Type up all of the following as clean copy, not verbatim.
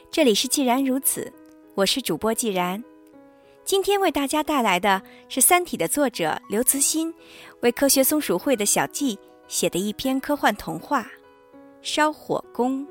这里是既然如此，我是主播既然。今天为大家带来的是《三体》的作者刘慈欣为科学松鼠会的小记写的一篇科幻童话《烧火工》。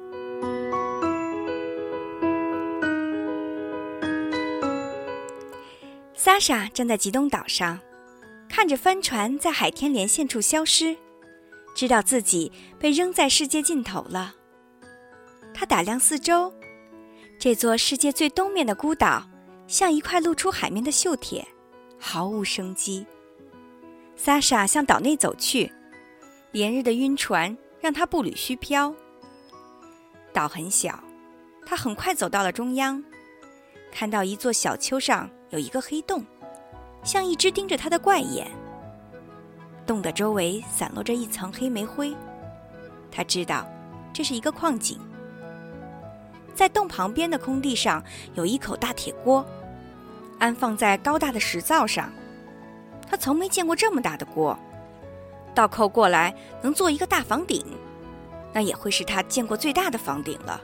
萨莎站在极东岛上，看着帆船在海天连线处消失，知道自己被扔在世界尽头了。他打量四周，这座世界最东面的孤岛像一块露出海面的锈铁，毫无生机。萨莎向岛内走去，连日的晕船让他步履虚飘。岛很小，他很快走到了中央，看到一座小丘上有一个黑洞，像一只盯着他的怪眼。洞的周围散落着一层黑煤灰，他知道这是一个矿井。在洞旁边的空地上有一口大铁锅，安放在高大的石灶上。他从没见过这么大的锅，倒扣过来能做一个大房顶，那也会是他见过最大的房顶了。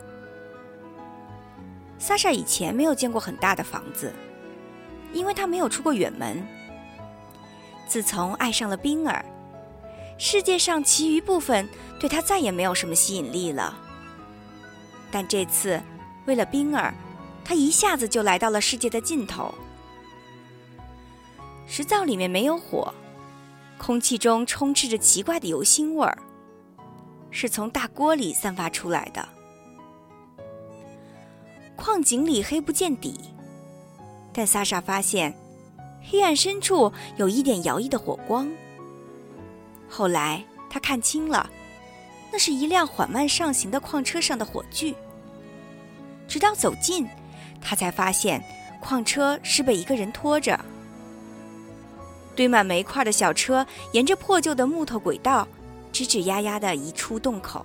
萨莎以前没有见过很大的房子，因为他没有出过远门。自从爱上了冰儿，世界上其余部分对他再也没有什么吸引力了。但这次为了冰儿，他一下子就来到了世界的尽头。石灶里面没有火，空气中充斥着奇怪的油腥味儿，是从大锅里散发出来的。矿井里黑不见底，但萨莎发现黑暗深处有一点摇曳的火光。后来他看清了，那是一辆缓慢上行的矿车上的火炬。直到走近，他才发现矿车是被一个人拖着。堆满煤块的小车沿着破旧的木头轨道吱吱呀呀地移出洞口。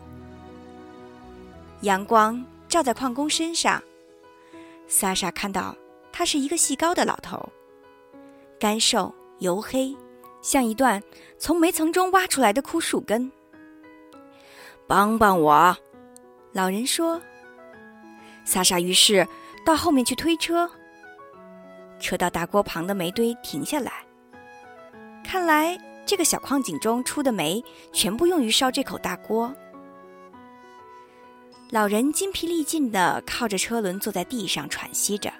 阳光照在矿工身上，萨莎看到他是一个细高的老头，干瘦黝黑，像一段从煤层中挖出来的枯树根。帮帮我，老人说。萨莎于是到后面去推车，车到大锅旁的煤堆停下来。看来这个小矿井中出的煤全部用于烧这口大锅。老人筋疲力尽地靠着车轮坐在地上喘息着。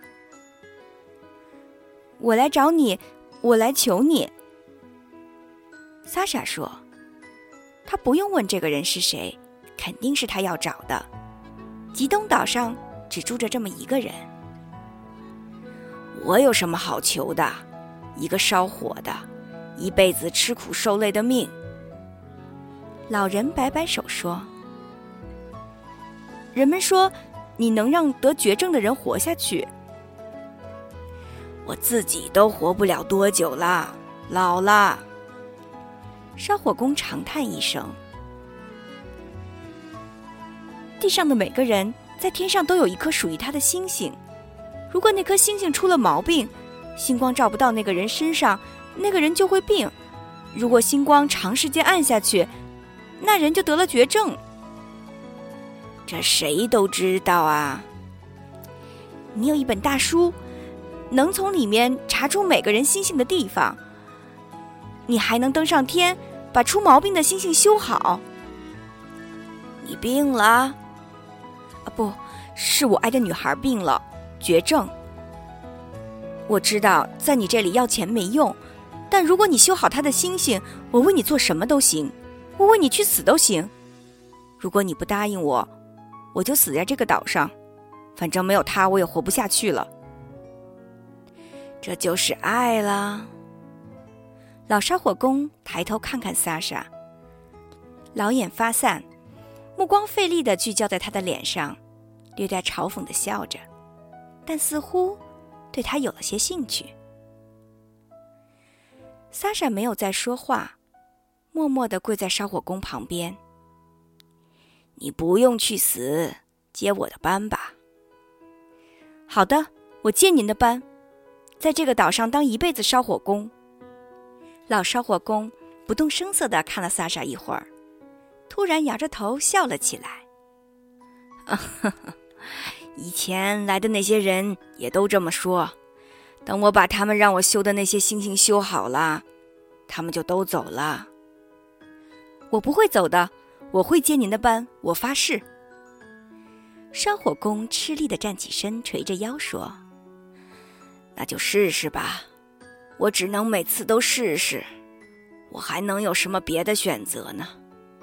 我来找你，我来求你，萨莎说。他不用问这个人是谁，肯定是他要找的。极东岛上只住着这么一个人。我有什么好求的？一个烧火的，一辈子吃苦受累的命。老人摆摆手说。人们说你能让得绝症的人活下去。我自己都活不了多久了，老了。烧火工长叹一声。地上的每个人在天上都有一颗属于他的星星，如果那颗星星出了毛病，星光照不到那个人身上，那个人就会病。如果星光长时间暗下去，那人就得了绝症。这谁都知道啊。你有一本大书，能从里面查出每个人星星的地方。你还能登上天，把出毛病的星星修好。你病了？不，是我爱的女孩病了，绝症。我知道在你这里要钱没用，但如果你修好她的星星，我为你做什么都行，我为你去死都行。如果你不答应我，我就死在这个岛上，反正没有她我也活不下去了。这就是爱啦。老烧火工抬头看看萨莎，老眼发散，目光费力地聚焦在他的脸上，略带嘲讽地笑着，但似乎对他有了些兴趣。萨莎没有再说话，默默地跪在烧火工旁边。你不用去死，接我的班吧。好的，我接您的班，在这个岛上当一辈子烧火工。老烧火工不动声色地看了萨莎一会儿，突然摇着头笑了起来。 以前来的那些人也都这么说，等我把他们让我修的那些星星修好了，他们就都走了。我不会走的，我会接您的班，我发誓。烧火工吃力地站起身，垂着腰说：那就试试吧，我只能每次都试试，我还能有什么别的选择呢？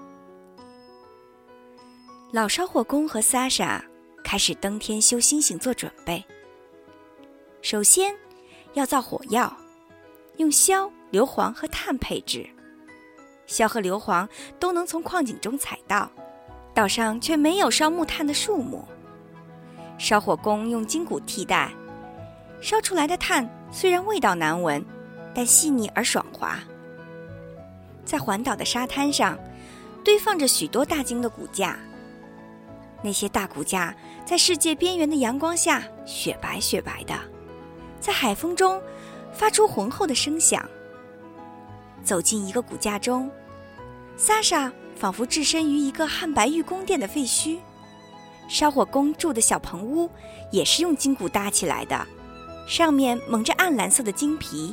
老烧火工和萨莎开始登天修星星做准备。首先要造火药，用硝、硫磺和碳配置。硝和硫磺都能从矿井中采到，岛上却没有烧木炭的树木。烧火工用筋骨替代，烧出来的炭虽然味道难闻，但细腻而爽滑。在环岛的沙滩上堆放着许多大鲸的骨架，那些大骨架在世界边缘的阳光下雪白雪白的，在海风中发出浑厚的声响。走进一个骨架中，萨莎仿佛置身于一个汉白玉宫殿的废墟。烧火工住的小棚屋也是用筋骨搭起来的，上面蒙着暗蓝色的金皮。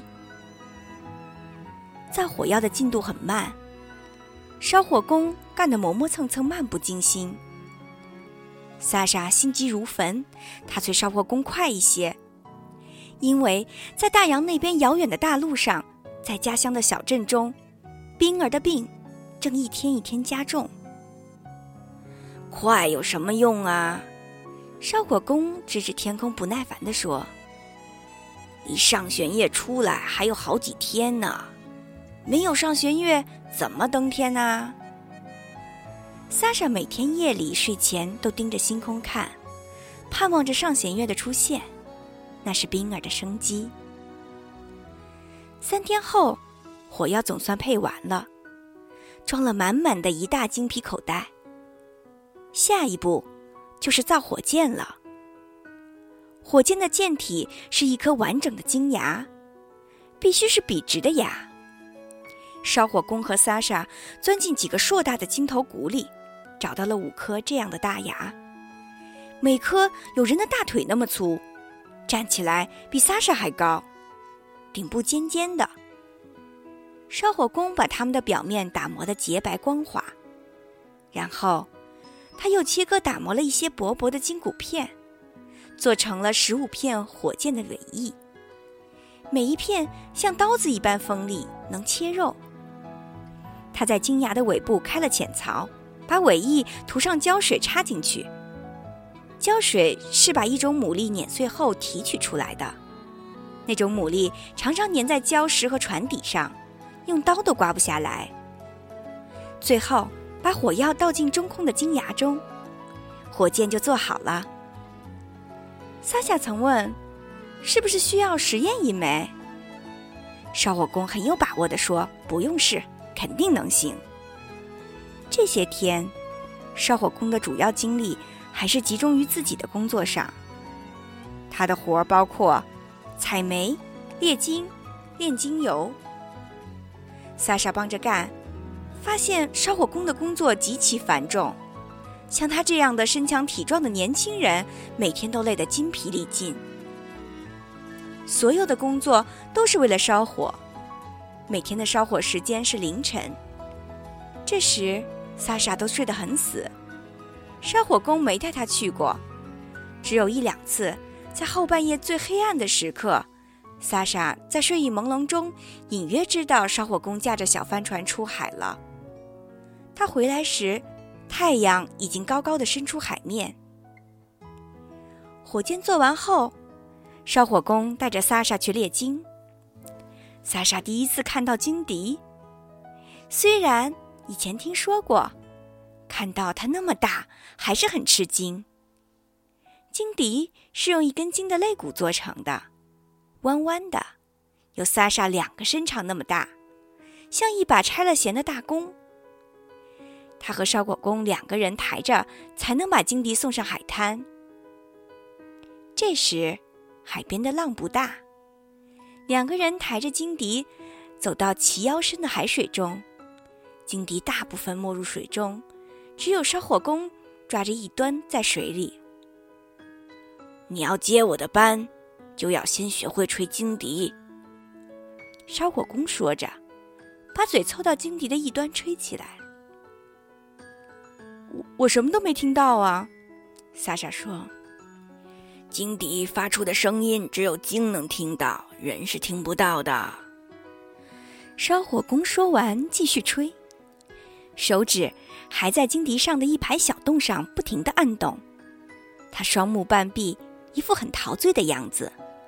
造火药的进度很慢，烧火工干得磨磨蹭蹭，漫不经心。萨莎心急如焚，她催烧火工快一些，因为在大洋那边遥远的大陆上，在家乡的小镇中，冰儿的病正一天一天加重。快有什么用啊？烧火工指指天空，不耐烦地说：离上弦月出来还有好几天呢，没有上弦月怎么登天啊？萨莎每天夜里睡前都盯着星空看，盼望着上弦月的出现，那是冰儿的生机。3天后，火药总算配完了，装了满满的一大金皮口袋。下一步就是造火箭了。火箭的箭体是一颗完整的金牙，必须是笔直的牙。烧火工和萨莎钻进几个硕大的金头骨里，找到了5颗这样的大牙，每颗有人的大腿那么粗，站起来比萨莎还高，顶部尖尖的。烧火工把它们的表面打磨得洁白光滑，然后他又切割打磨了一些薄薄的金骨片，做成了15片火箭的尾翼，每一片像刀子一般锋利，能切肉。他在金牙的尾部开了浅槽，把尾翼涂上胶水插进去。胶水是把一种牡蛎碾碎后提取出来的，那种牡蛎常常粘在礁石和船底上，用刀都刮不下来。最后把火药倒进中空的金牙中，火箭就做好了。萨夏曾问，是不是需要实验一枚？烧火工很有把握地说，不用试，肯定能行。这些天，烧火工的主要精力还是集中于自己的工作上。他的活包括采煤、炼金、炼精油。萨莎帮着干，发现烧火工的工作极其繁重，像他这样的身强体壮的年轻人，每天都累得筋疲力尽。所有的工作都是为了烧火，每天的烧火时间是凌晨。这时萨莎都睡得很死，烧火工没带他去过，只有1、2次，在后半夜最黑暗的时刻，萨莎在睡意朦胧中隐约知道烧火工驾着小帆船出海了。他回来时，太阳已经高高地伸出海面。火箭做完后，烧火工带着萨莎去猎鲸。萨莎第一次看到鲸笛，虽然以前听说过，看到它那么大，还是很吃惊。鲸笛是用一根鲸的肋骨做成的，弯弯的，有萨莎2个身长那么大，像一把拆了弦的大弓。他和烧火工2个人抬着，才能把鲸笛送上海滩。这时，海边的浪不大，2个人抬着鲸笛，走到齐腰深的海水中。鲸笛大部分没入水中，只有烧火工抓着一端在水里。 你要接我的班，就要先学会吹金笛。烧火工说着，把嘴凑到金笛的一端吹起来。我什么都没听到啊，萨莎说。金笛发出的声音只有鲸能听到，人是听不到的。烧火工说完继续吹，手指还在金笛上的一排小洞上不停地按动，他双目半闭，一副很陶醉的样子。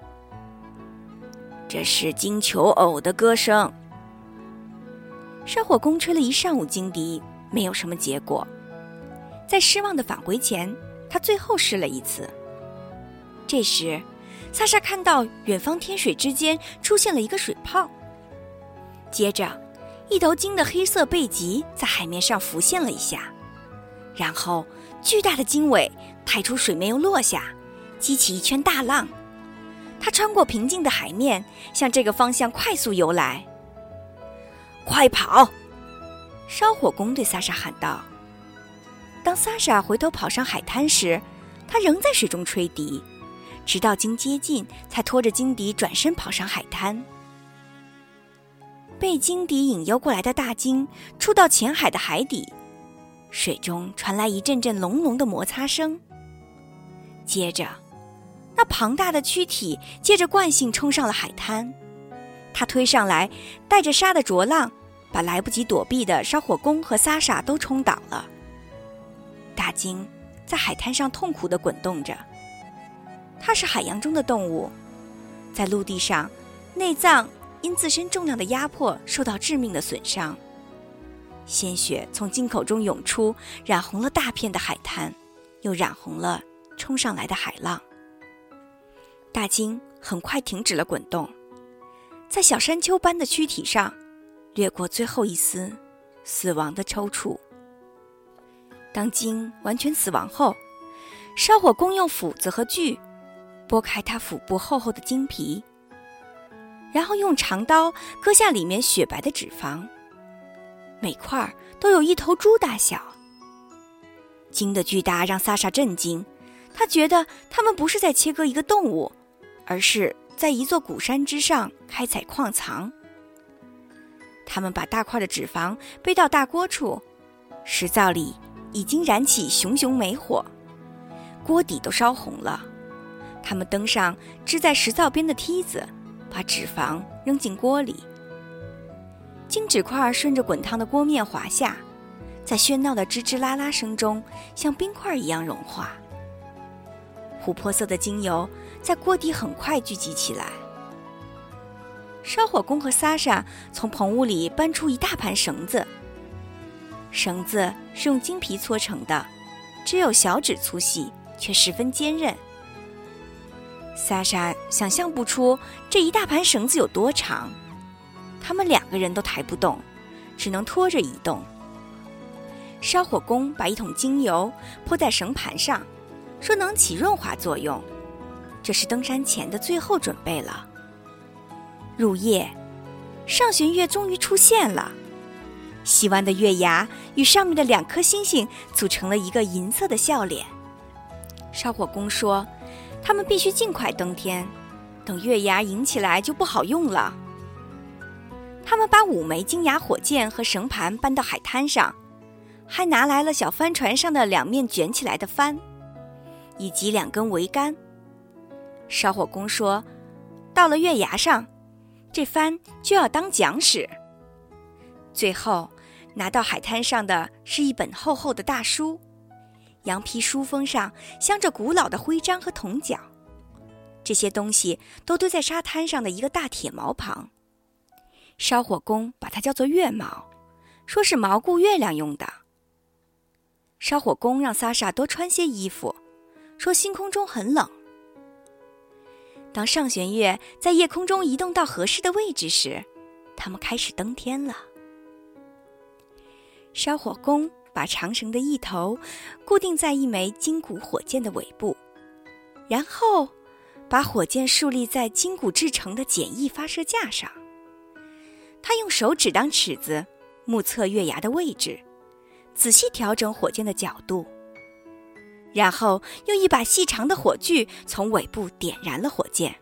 这是金球偶的歌声。烧火工吹了一上午金笛，没有什么结果。在失望的返回前，他最后试了一次。这时，萨莎看到远方天水之间出现了一个水泡，接着一头鲸的黑色背脊在海面上浮现了一下，然后巨大的鲸尾抬出水面又落下，激起一圈大浪。它穿过平静的海面，向这个方向快速游来。快跑！烧火工对萨莎喊道。当萨莎回头跑上海滩时，他仍在水中吹笛，直到鲸接近，才拖着鲸笛转身跑上海滩。被鲸笛引诱过来的大鲸触到浅海的海底，水中传来一阵阵隆隆的摩擦声。接着，那庞大的躯体借着惯性冲上了海滩，它推上来带着沙的浊浪，把来不及躲避的烧火工和萨莎都冲倒了。大鲸在海滩上痛苦地滚动着，它是海洋中的动物，在陆地上，内脏因自身重量的压迫受到致命的损伤，鲜血从鲸口中涌出，染红了大片的海滩，又染红了冲上来的海浪。大鲸很快停止了滚动，在小山丘般的躯体上掠过最后一丝死亡的抽搐。当鲸完全死亡后，烧火工用斧子和锯剥开它腹部厚厚的鲸皮，然后用长刀割下里面雪白的脂肪，每块都有一头猪大小。鲸的巨大让萨莎震惊，他觉得他们不是在切割一个动物，而是在一座古山之上开采矿藏。他们把大块的脂肪背到大锅处，石灶里已经燃起熊熊煤火，锅底都烧红了。他们登上支在石灶边的梯子，把脂肪扔进锅里。金纸块顺着滚烫的锅面滑下，在喧闹的吱吱啦啦声中像冰块一样融化。琥珀色的精油在锅底很快聚集起来。烧火工和萨莎从棚屋里搬出一大盘绳子，绳子是用金皮搓成的，只有小指粗细，却十分坚韧。萨莎想象不出这一大盘绳子有多长，他们2个人都抬不动，只能拖着移动。烧火工把一桶精油泼在绳盘上，说能起润滑作用，这是登山前的最后准备了。入夜，上弦月终于出现了，西湾的月牙与上面的2颗星星组成了一个银色的笑脸。烧火工说，他们必须尽快登天，等月牙引起来就不好用了。他们把5枚金牙火箭和绳盘搬到海滩上，还拿来了小帆船上的2面卷起来的帆，以及2根桅杆。烧火工说，到了月牙上，这帆就要当桨使。最后拿到海滩上的是一本厚厚的大书，羊皮书封上镶着古老的徽章和铜角，这些东西都堆在沙滩上的一个大铁锚旁。烧火工把它叫做月锚，说是锚固月亮用的。烧火工让萨莎多穿些衣服，说星空中很冷。当上弦月在夜空中移动到合适的位置时，他们开始登天了。烧火工把长绳的一头固定在一枚金骨火箭的尾部，然后把火箭竖立在金骨制成的简易发射架上。他用手指当尺子，目测月牙的位置，仔细调整火箭的角度， 然后用一把细长的火炬从尾部点燃了火箭。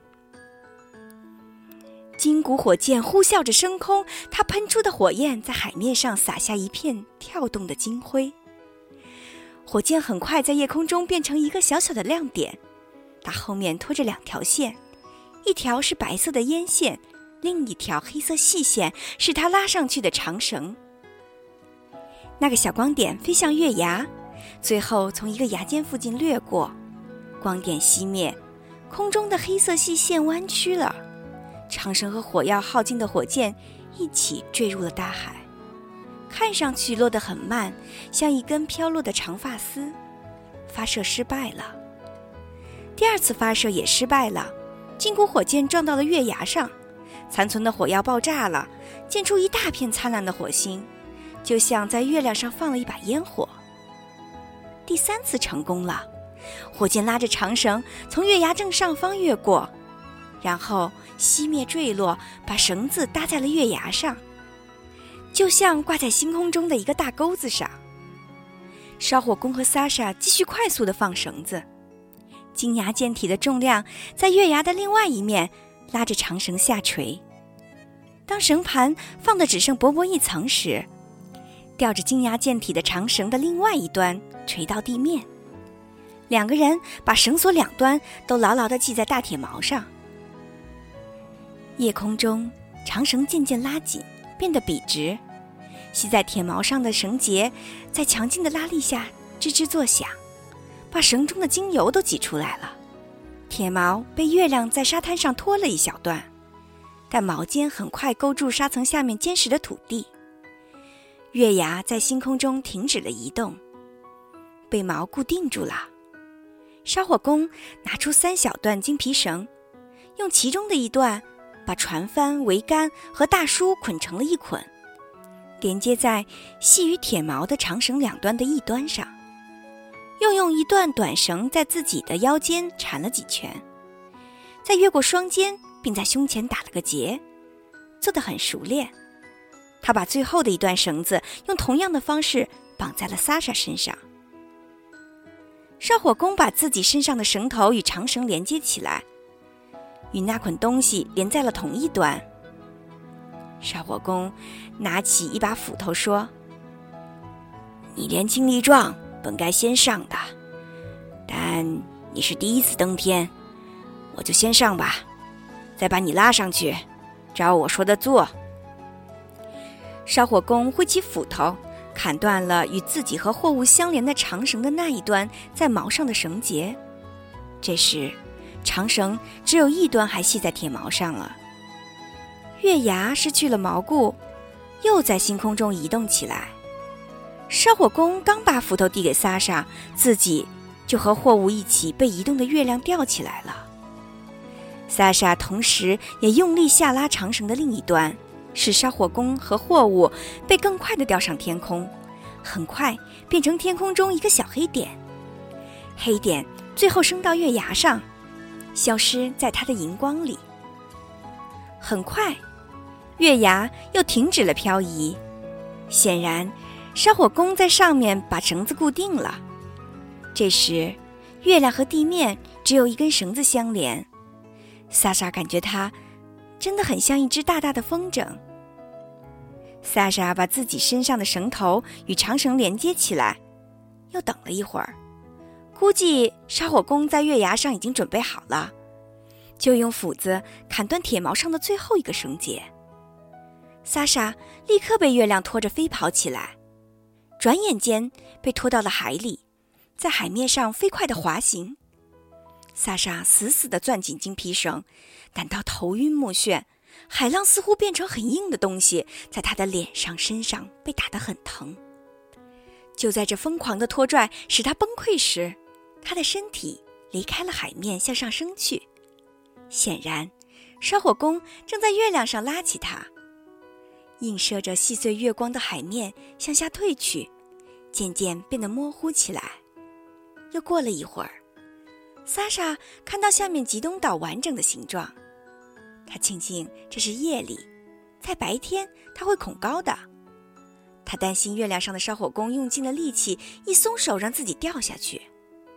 金箍火箭呼啸着升空，它喷出的火焰在海面上洒下一片跳动的金灰。火箭很快在夜空中变成一个小小的亮点，它后面拖着2条线，一条是白色的烟线，另一条黑色细线是它拉上去的长绳。那个小光点飞向月牙，最后从一个牙尖附近掠过，光点熄灭，空中的黑色细线弯曲了，长绳和火药耗尽的火箭一起坠入了大海，看上去落得很慢，像一根飘落的长发丝。发射失败了。第2次发射也失败了，金箍火箭撞到了月牙上，残存的火药爆炸了，溅出一大片灿烂的火星，就像在月亮上放了一把烟火。第3次成功了，火箭拉着长绳从月牙正上方越过，然后熄灭坠落，把绳子搭在了月牙上，就像挂在星空中的一个大钩子上。烧火工和萨莎继续快速地放绳子，金牙舰体的重量在月牙的另外一面拉着长绳下垂。当绳盘放得只剩薄薄一层时，吊着金牙舰体的长绳的另外一端垂到地面。2个人把绳索2端都牢牢地系在大铁锚上。夜空中，长绳渐渐拉紧，变得笔直，系在铁锚上的绳结在强劲的拉力下吱吱作响，把绳中的精油都挤出来了。铁锚被月亮在沙滩上拖了一小段，但锚尖很快勾住沙层下面坚实的土地。月牙在星空中停止了移动，被锚固定住了。烧火工拿出3小段金皮绳，用其中的一段把船帆、桅杆和大梳捆成了一捆，连接在系于铁锚的长绳2端的一端上，又用一段短绳在自己的腰间缠了几圈，再越过双肩，并在胸前打了个结，做得很熟练。他把最后的一段绳子用同样的方式绑在了萨莎身上。烧火工把自己身上的绳头与长绳连接起来，与那捆东西连在了同一端。烧火工拿起一把斧头说：“你年轻力壮，本该先上的，但你是第1次登天，我就先上吧，再把你拉上去，照我说的做。”烧火工挥起斧头，砍断了与自己和货物相连的长绳的那一端在锚上的绳结。这时长绳只有一端还系在铁锚上了。月牙失去了锚固，又在星空中移动起来。烧火工刚把斧头递给萨莎，自己就和货物一起被移动的月亮吊起来了。萨莎同时也用力下拉长绳的另一端，使烧火工和货物被更快地吊上天空，很快变成天空中一个小黑点。黑点最后升到月牙上，消失在它的荧光里。很快，月牙又停止了漂移，显然烧火工在上面把绳子固定了。这时月亮和地面只有一根绳子相连，萨莎感觉它真的很像一只大大的风筝。萨莎把自己身上的绳头与长绳连接起来，又等了一会儿，估计烧火工在月牙上已经准备好了，就用斧子砍断铁锚上的最后一个绳结。萨莎立刻被月亮拖着飞跑起来，转眼间被拖到了海里，在海面上飞快地滑行。萨莎死死地攥紧金皮绳，感到头晕目眩，海浪似乎变成很硬的东西，在他的脸上身上被打得很疼。就在这疯狂的拖拽使他崩溃时，他的身体离开了海面向上升去。显然烧火工正在月亮上拉起他。映射着细碎月光的海面向下退去，渐渐变得模糊起来。又过了一会儿，萨莎看到下面极东岛完整的形状。他庆幸这是夜里，在白天他会恐高的。他担心月亮上的烧火工用尽了力气，一松手让自己掉下去。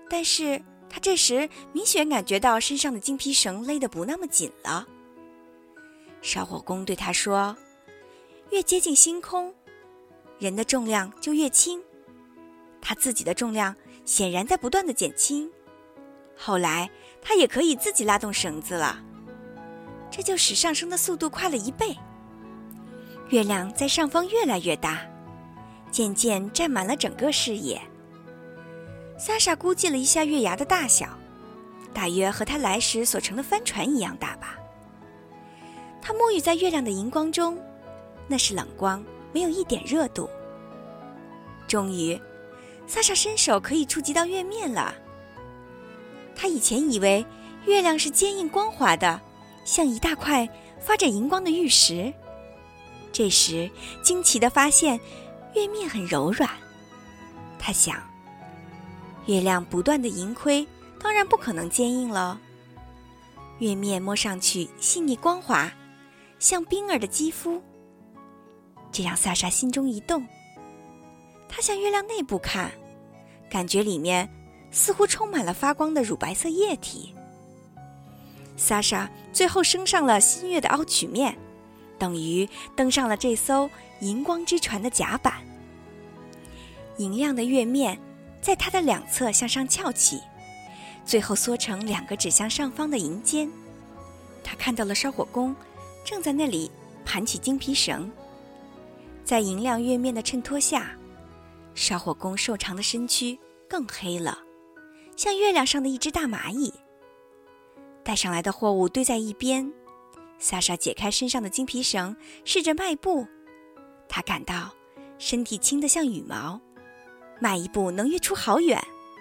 但是他这时明显感觉到身上的金皮绳勒得不那么紧了。烧火工对他说，越接近星空，人的重量就越轻。他自己的重量显然在不断地减轻，后来他也可以自己拉动绳子了，这就使上升的速度快了1倍。月亮在上方越来越大，渐渐占满了整个视野。萨莎估计了一下月牙的大小，大约和他来时所乘的帆船一样大吧。他沐浴在月亮的荧光中，那是冷光，没有一点热度。终于，萨莎伸手可以触及到月面了。他以前以为月亮是坚硬光滑的，像一大块发着荧光的玉石。这时惊奇地发现月面很柔软。他想，月亮不断的盈亏，当然不可能坚硬了。月面摸上去细腻光滑，像冰儿的肌肤，这让萨莎心中一动。他向月亮内部看，感觉里面似乎充满了发光的乳白色液体。萨莎最后升上了新月的凹曲面，等于登上了这艘银光之船的甲板。银亮的月面在它的两侧向上翘起，最后缩成2个指向上方的银尖。他看到了烧火工正在那里盘起金皮绳，在银亮月面的衬托下，烧火工瘦长的身躯更黑了，像月亮上的一只大蚂蚁。带上来的货物堆在一边，萨莎解开身上的金皮绳，试着迈步。她感到身体轻得像羽毛，迈一步能跃出好远。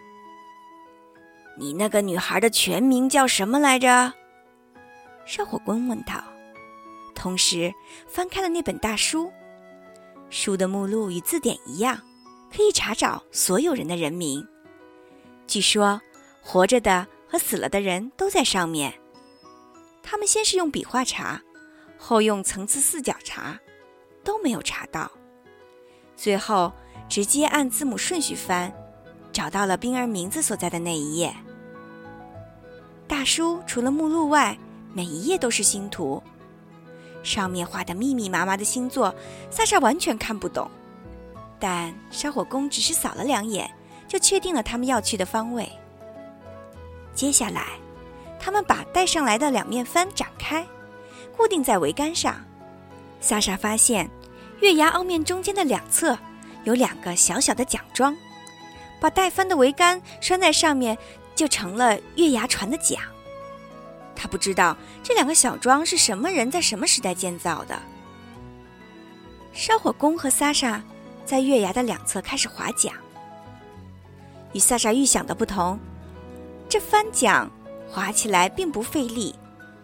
你那个女孩的全名叫什么来着？烧火工问道，同时翻开了那本大书。书的目录与字典一样，可以查找所有人的人名。据说活着的和死了的人都在上面。他们先是用笔画查，后用层次四角查，都没有查到。最后直接按字母顺序翻，找到了冰儿名字所在的那一页。大书除了目录外，每一页都是星图，上面画的密密麻麻的星座，萨莎完全看不懂。但烧火工只是扫了2眼，就确定了他们要去的方位。接下来，他们把带上来的2面帆展开，固定在桅杆上。萨莎发现，月牙凹面中间的2侧有2个小小的奖桩，把带帆的桅杆拴在上面，就成了月牙船的桨。他不知道这2个小桩是什么人在什么时代建造的。烧火工和萨莎在月牙的2侧开始划桨。与萨莎预想的不同，这帆桨划起来并不费力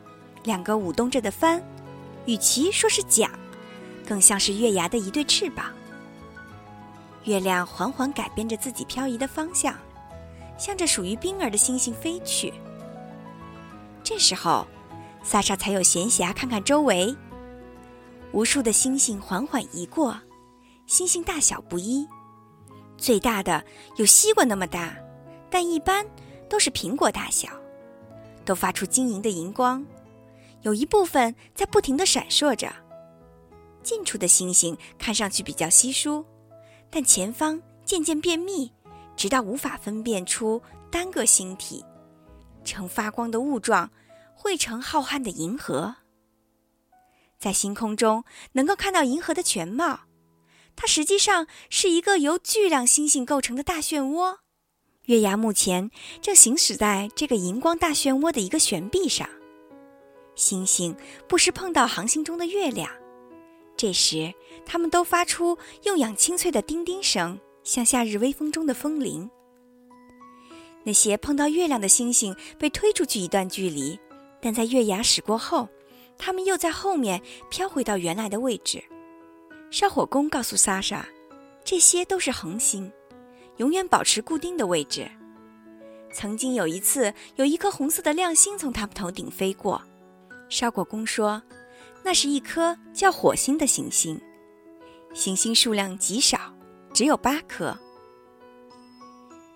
，2个舞动着的帆，与其说是桨，更像是月牙的一对翅膀。月亮缓缓改变着自己漂移的方向，向着属于冰儿的星星飞去。这时候，萨莎才有闲暇看看周围。无数的星星缓缓移过，星星大小不一，最大的有西瓜那么大，但一般都是苹果大小，都发出晶莹的荧光，有一部分在不停地闪烁着。近处的星星看上去比较稀疏，但前方渐渐变密，直到无法分辨出单个星体，呈发光的雾状汇成浩瀚的银河。在星空中能够看到银河的全貌，它实际上是一个由巨量星星构成的大漩涡。月牙目前正行驶在这个荧光大漩涡的一个悬臂上，星星不时碰到航行中的月亮，这时它们都发出悠扬清脆的叮叮声，像夏日微风中的风铃。那些碰到月亮的星星被推出去一段距离，但在月牙驶过后，它们又在后面飘回到原来的位置。烧火工告诉萨莎，这些都是恒星，永远保持固定的位置。曾经有一次，有一颗红色的亮星从他们头顶飞过。烧火工说，那是一颗叫火星的行星，行星数量极少，只有8颗。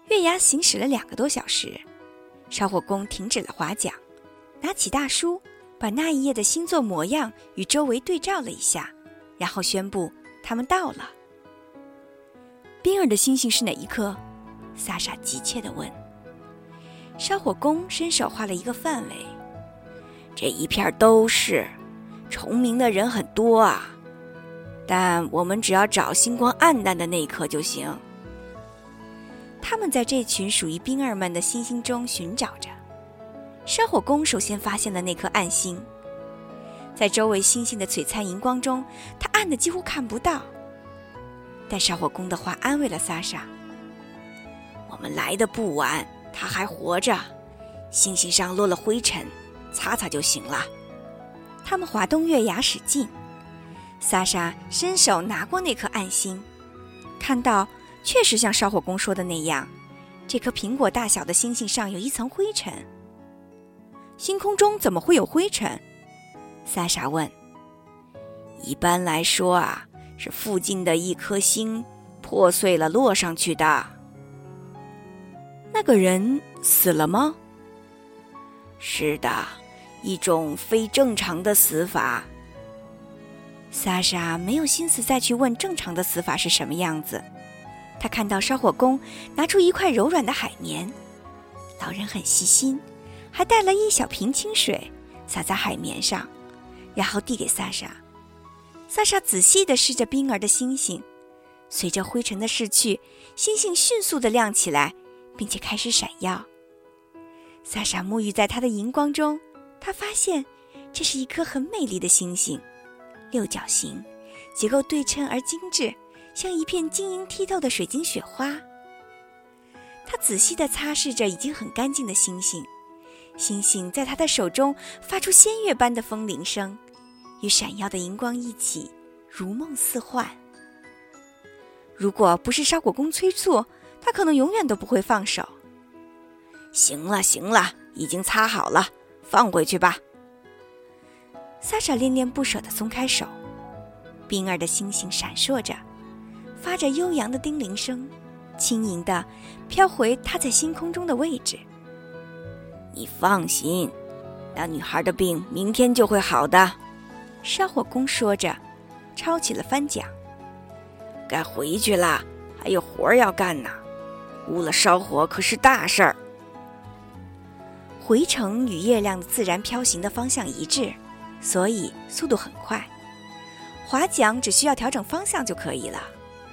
月牙行驶了2个多小时，烧火工停止了划桨，拿起大书，把那一夜的星座模样与周围对照了一下，然后宣布他们到了。宾儿的星星是哪一颗？萨莎急切地问。烧火工伸手画了一个范围，这一片都是，重名的人很多啊，但我们只要找星光暗淡的那一颗就行。他们在这群属于宾儿们的星星中寻找着。烧火工首先发现了那颗暗星，在周围星星的璀璨荧光中，它暗得几乎看不到。但烧火工的话安慰了萨莎，我们来得不晚，他还活着，星星上落了灰尘，擦擦就行了。他们滑动月牙使劲，萨莎伸手拿过那颗暗星，看到确实像烧火工说的那样，这颗苹果大小的星星上有一层灰尘。星空中怎么会有灰尘？萨莎问。一般来说啊，是附近的一颗星破碎了落上去的。那个人死了吗？是的，一种非正常的死法。萨莎没有心思再去问正常的死法是什么样子。他看到烧火工拿出一块柔软的海绵，老人很细心，还带了一小瓶清水洒在海绵上，然后递给萨莎。萨莎仔细地试着宾儿的星星，随着灰尘的逝去，星星迅速地亮起来，并且开始闪耀。萨莎沐浴在它的荧光中，她发现这是一颗很美丽的星星，六角形，结构对称而精致，像一片晶莹剔透的水晶雪花。她仔细地擦拭着已经很干净的星星，星星在她的手中发出仙乐般的风铃声，与闪耀的荧光一起，如梦似幻。如果不是烧火工催促，他可能永远都不会放手。行了行了，已经擦好了，放回去吧。萨莎恋恋不舍地松开手，宾儿的星星闪烁着，发着悠扬的叮铃声，轻盈地飘回她在星空中的位置。你放心，那女孩的病明天就会好的。烧火工说着，抄起了帆桨。该回去了，还有活要干呢。误了烧火可是大事儿。回程与月亮的自然飘行的方向一致，所以速度很快。划桨只需要调整方向就可以了。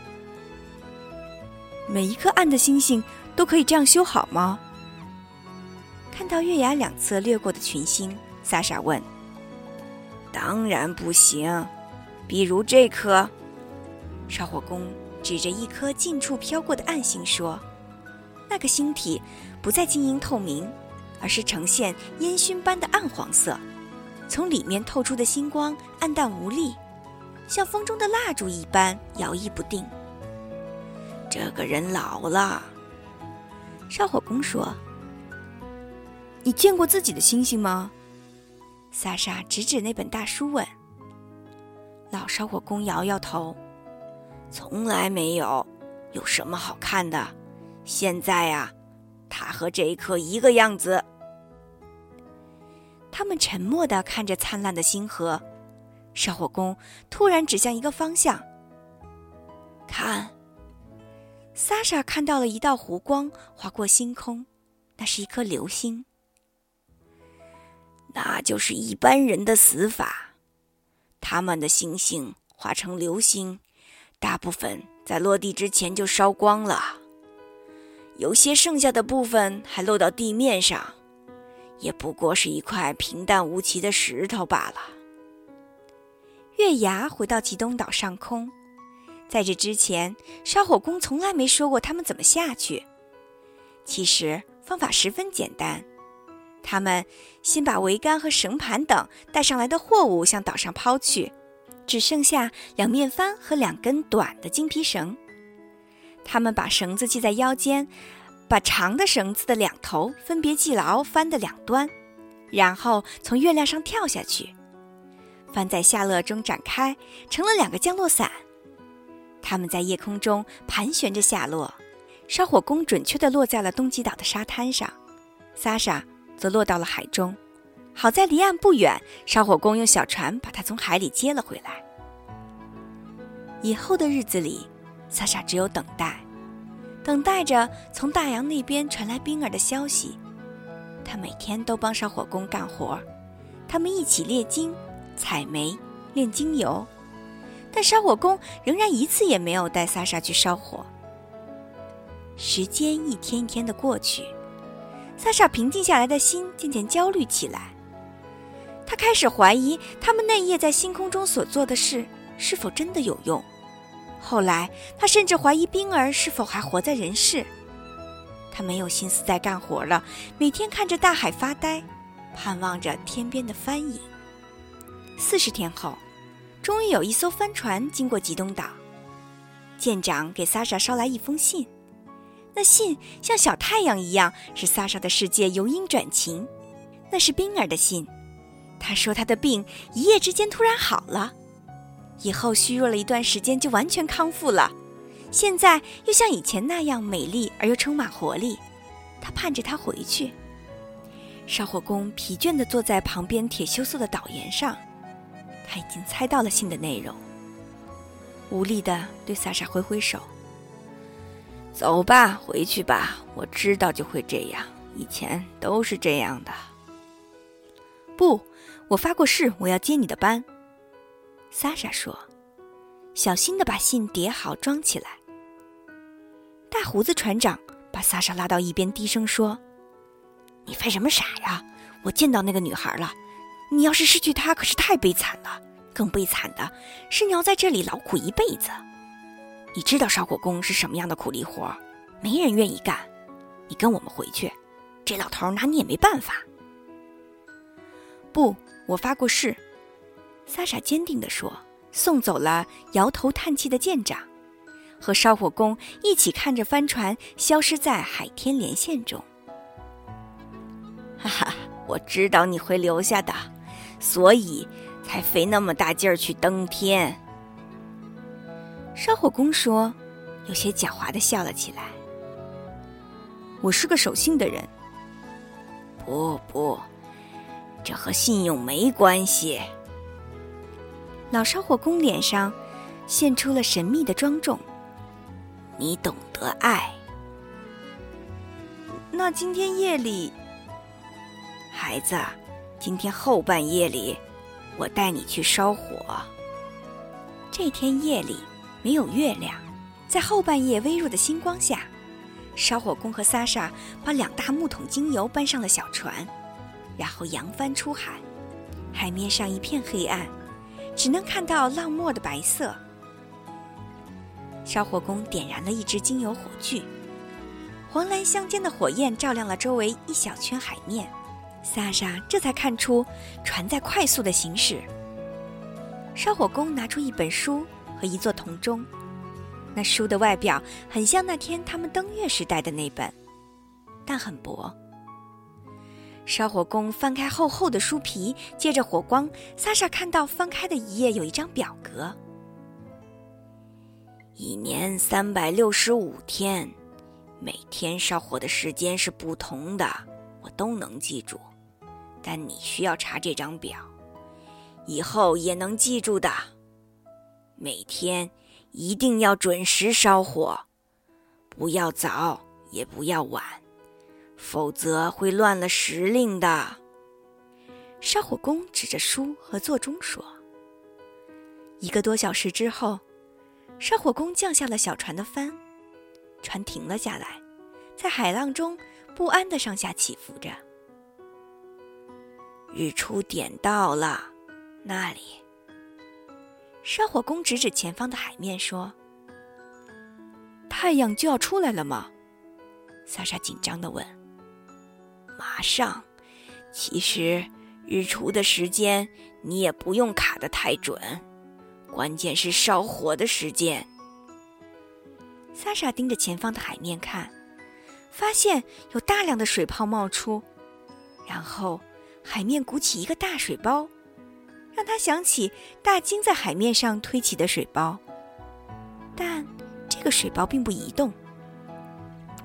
每一颗暗的星星都可以这样修好吗？看到月牙两侧掠过的群星，萨莎问。当然不行，比如这颗。烧火工指着一颗近处飘过的暗星说，那个星体不再晶莹透明，而是呈现烟熏般的暗黄色，从里面透出的星光暗淡无力，像风中的蜡烛一般摇曳不定。这个人老了。烧火工说。你见过自己的星星吗？萨莎指指那本大书问。老烧火工摇摇头，从来没有，有什么好看的？现在啊，它和这一颗一个样子。他们沉默地看着灿烂的星河，烧火工突然指向一个方向。看，萨莎看到了一道弧光划过星空，那是一颗流星。那就是一般人的死法，他们的星星化成流星，大部分在落地之前就烧光了，有些剩下的部分还落到地面上，也不过是一块平淡无奇的石头罢了。月牙回到极东岛上空，在这之前，烧火工从来没说过他们怎么下去。其实方法十分简单，他们先把桅杆和绳盘等带上来的货物向岛上抛去，只剩下2面帆和2根短的金皮绳。他们把绳子系在腰间，把长的绳子的2头分别系牢帆的2端，然后从月亮上跳下去。帆在下落中展开，成了2个降落伞。他们在夜空中盘旋着下落， 烧火弓准确地落在了东极岛的沙滩上，萨莎则落到了海中。好在离岸不远，烧火弓用小船把它从海里接了回来。以后的日子里，萨莎只有等待，等待着从大洋那边传来冰儿的消息。他每天都帮烧火弓干活，他们一起炼金、采煤、炼精油，但烧火弓仍然一次也没有带萨莎去烧火。时间一天一天的过去，萨莎平静下来的心渐渐焦虑起来。他开始怀疑他们那夜在星空中所做的事是否真的有用。后来他甚至怀疑冰儿是否还活在人世。他没有心思再干活了，每天看着大海发呆，盼望着天边的帆影。40天后，终于有一艘帆船经过极东岛。舰长给萨莎捎来一封信，那信像小太阳一样，使萨莎的世界由阴转晴。那是冰儿的信，他说他的病一夜之间突然好了，以后虚弱了一段时间就完全康复了，现在又像以前那样美丽而又充满活力。他盼着他回去。烧火工疲倦地坐在旁边铁锈色的岛沿上，他已经猜到了信的内容，无力地对萨莎挥挥手。走吧，回去吧，我知道就会这样，以前都是这样的。不，我发过誓，我要接你的班。萨莎说，小心地把信叠好装起来。大胡子船长把萨莎拉到一边，低声说，你犯什么傻呀？我见到那个女孩了，你要是失去她可是太悲惨了，更悲惨的是你要在这里劳苦一辈子。你知道烧火工是什么样的苦力活，没人愿意干。你跟我们回去，这老头拿你也没办法。不，我发过誓。萨莎坚定地说，送走了摇头叹气的舰长，和烧火工一起看着帆船消失在海天连线中。哈哈，我知道你会留下的，所以才费那么大劲儿去登天。烧火工说，有些狡猾地笑了起来。我是个守信的人。不，这和信用没关系。老烧火工脸上现出了神秘的庄重。你懂得爱。那今天夜里，孩子，今天后半夜里，我带你去烧火。这天夜里没有月亮，在后半夜微弱的星光下，烧火工和萨莎把2大木桶精油搬上了小船，然后扬帆出海。海面上一片黑暗，只能看到浪沫的白色。烧火工点燃了一支精油火炬，黄蓝相间的火焰照亮了周围一小圈海面。萨莎这才看出船在快速的行驶。烧火工拿出一本书和一座铜钟，那书的外表很像那天他们登月时带的那本，但很薄。烧火工翻开厚厚的书皮，借着火光，萨莎看到翻开的一页有一张表格。1年365天，每天烧火的时间是不同的，我都能记住，但你需要查这张表，以后也能记住的。每天一定要准时烧火，不要早也不要晚，否则会乱了时令的。烧火工指着书和座钟说。1个多小时之后，烧火工降下了小船的帆，船停了下来，在海浪中不安地上下起伏着。日出点到了，那里。烧火工指指前方的海面说，太阳就要出来了吗？萨莎紧张地问。马上，其实日出的时间你也不用卡得太准，关键是烧火的时间。萨莎盯着前方的海面看，发现有大量的水泡冒出，然后海面鼓起一个大水包，让他想起大鲸在海面上推起的水包，但这个水包并不移动。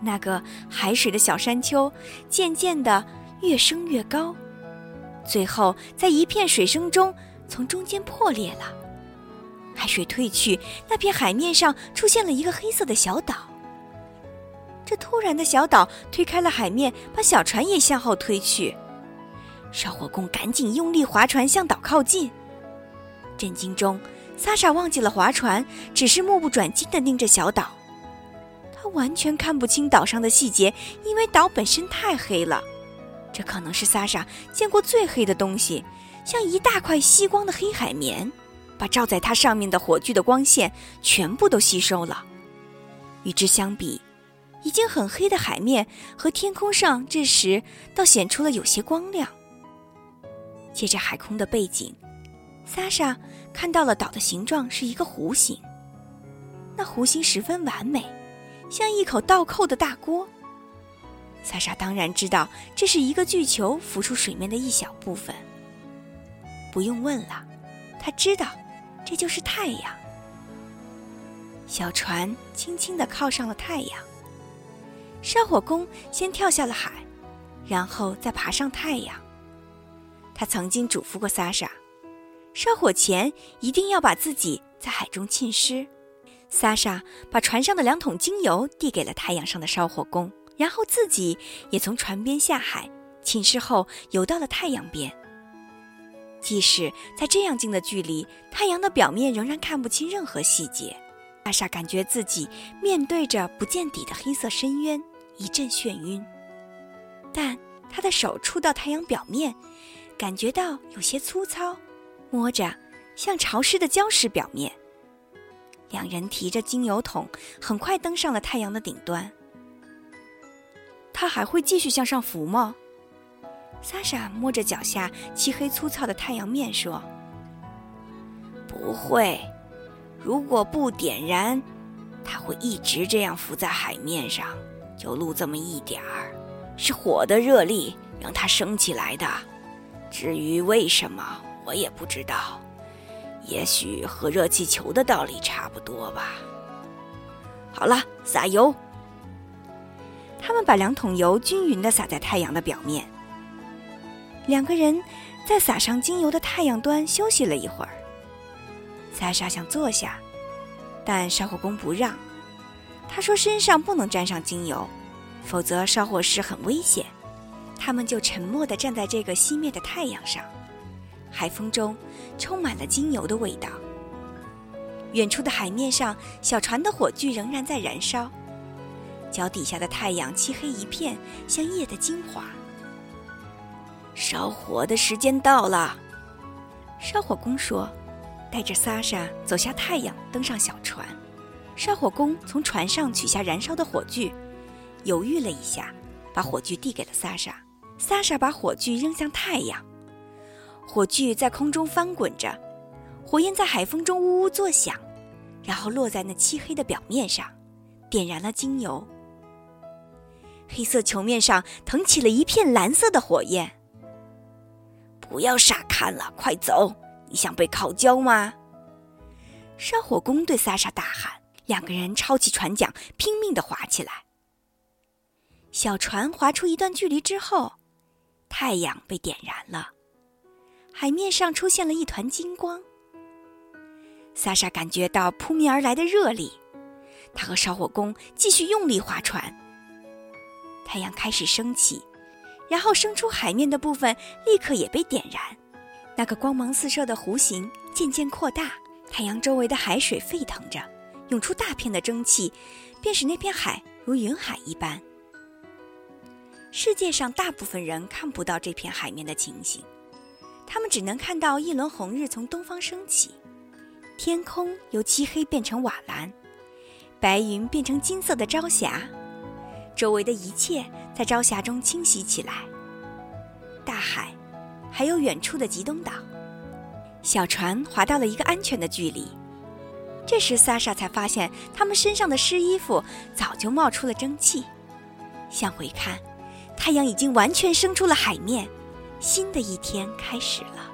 那个海水的小山丘渐渐地越升越高，最后在一片水声中从中间破裂了。海水退去，那片海面上出现了一个黑色的小岛。这突然的小岛推开了海面，把小船也向后推去。烧火工赶紧用力划船向岛靠近。震惊中，萨莎忘记了划船，只是目不转睛地盯着小岛。他完全看不清岛上的细节，因为岛本身太黑了。这可能是萨莎见过最黑的东西，像一大块吸光的黑海绵，把照在它上面的火炬的光线全部都吸收了。与之相比，已经很黑的海面和天空上这时倒显出了有些光亮。借着海空的背景，萨莎看到了岛的形状是一个弧形，那弧形十分完美，像一口倒扣的大锅。萨莎当然知道这是一个巨球浮出水面的一小部分。不用问了，她知道这就是太阳。小船轻轻地靠上了太阳。烧火工先跳下了海，然后再爬上太阳。他曾经嘱咐过萨莎，烧火前一定要把自己在海中浸湿。萨莎把船上的2桶精油递给了太阳上的烧火工，然后自己也从船边下海，浸湿后游到了太阳边。即使在这样近的距离，太阳的表面仍然看不清任何细节。萨莎感觉自己面对着不见底的黑色深渊，一阵眩晕。但她的手触到太阳表面，感觉到有些粗糙，摸着像潮湿的礁石表面。2人提着精油桶，很快登上了太阳的顶端。它还会继续向上浮吗？萨莎摸着脚下漆黑粗糙的太阳面说：不会，如果不点燃，它会一直这样浮在海面上，就露这么一点儿，是火的热力让它升起来的。至于为什么，我也不知道，也许和热气球的道理差不多吧。好了，撒油。他们把2桶油均匀地洒在太阳的表面。2个人在洒上精油的太阳端休息了一会儿。萨莎想坐下，但烧火工不让。他说身上不能沾上精油，否则烧火时很危险。他们就沉默地站在这个熄灭的太阳上，海风中充满了精油的味道。远处的海面上，小船的火炬仍然在燃烧，脚底下的太阳漆黑一片，像夜的精华。烧火的时间到了，烧火工说，带着萨莎走下太阳，登上小船。烧火工从船上取下燃烧的火炬，犹豫了一下，把火炬递给了萨莎。萨莎把火炬扔向太阳，火炬在空中翻滚着，火焰在海风中呜呜作响，然后落在那漆黑的表面上，点燃了精油。黑色球面上腾起了一片蓝色的火焰。不要傻看了，快走！你想被烤焦吗？烧火工对萨莎大喊。2个人抄起船桨，拼命地划起来。小船划出一段距离之后，太阳被点燃了，海面上出现了一团金光。萨莎感觉到扑面而来的热力，他和烧火工继续用力划船。太阳开始升起，然后升出海面的部分立刻也被点燃，那个光芒四射的弧形渐渐扩大，太阳周围的海水沸腾着，涌出大片的蒸汽，便使那片海如云海一般。世界上大部分人看不到这片海面的情形，他们只能看到一轮红日从东方升起，天空由漆黑变成瓦蓝，白云变成金色的朝霞，周围的一切在朝霞中清晰起来，大海，还有远处的极东岛。小船划到了一个安全的距离，这时萨莎才发现他们身上的湿衣服早就冒出了蒸汽。向回看，太阳已经完全升出了海面，新的一天开始了。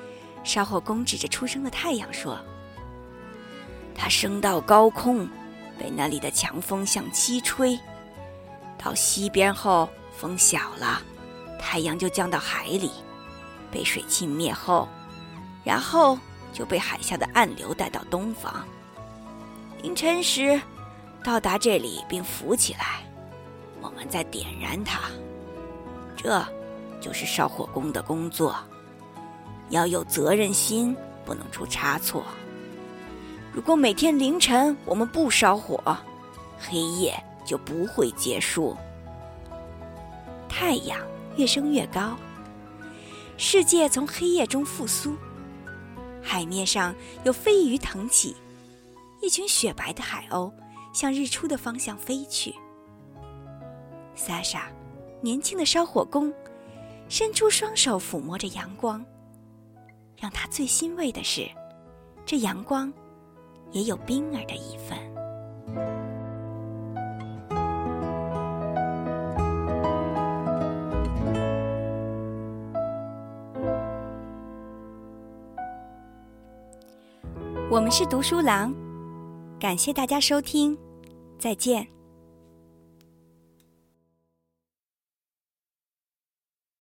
烧火工指着初升的太阳说：它升到高空， 被那里的强风向西吹。到西边后，风小了，太阳就降到海里，被水浸灭后，然后就被海下的暗流带到东方。凌晨时到达这里并浮起来，我们再点燃它。这就是烧火工的工作，要有责任心，不能出差错。如果每天凌晨我们不烧火，黑夜就不会结束。太阳越升越高，世界从黑夜中复苏，海面上有飞鱼腾起，一群雪白的海鸥向日出的方向飞去。萨莎，年轻的烧火工，伸出双手抚摸着阳光，让他最欣慰的是，这阳光也有冰儿的一份。我们是读书郎，感谢大家收听，再见。